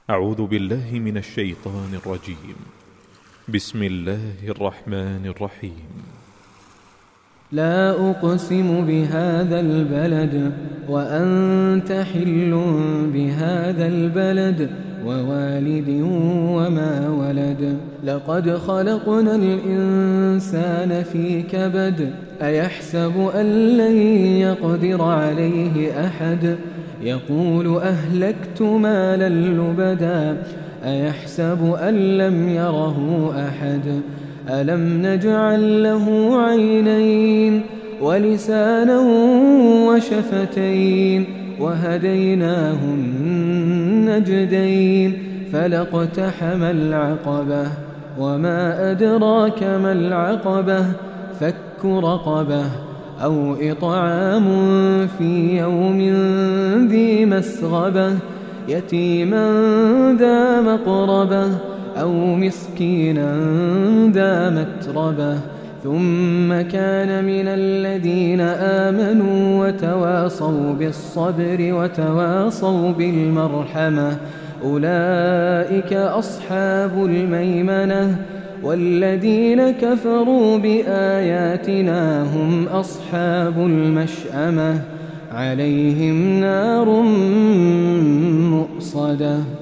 أعوذ بالله من الشيطان الرجيم. بسم الله الرحمن الرحيم. لا أقسم بهذا البلد وأنت حل بهذا البلد ووالد وما ولد. لقد خلقنا الإنسان في كبد. أيحسب أن لن يقدر عليه أحد؟ يقول أهلكت مالا لبدا. أيحسب أن لم يره أحد؟ ألم نجعل له عينين ولسانا وشفتين وهديناه النجدين فلاقتحم العقبة وما أدراك ما العقبة فك رقبة أو إطعام في يوم ذي مسغبة يتيما ذا مقربة أو مسكينا ذا متربة ثم كان من الذين آمنوا وتواصوا بالصبر وتواصوا بالمرحمة أولئك أصحاب الميمنة والذين كفروا بآياتنا هم أصحاب المشأمة عليهم نار مؤصدة.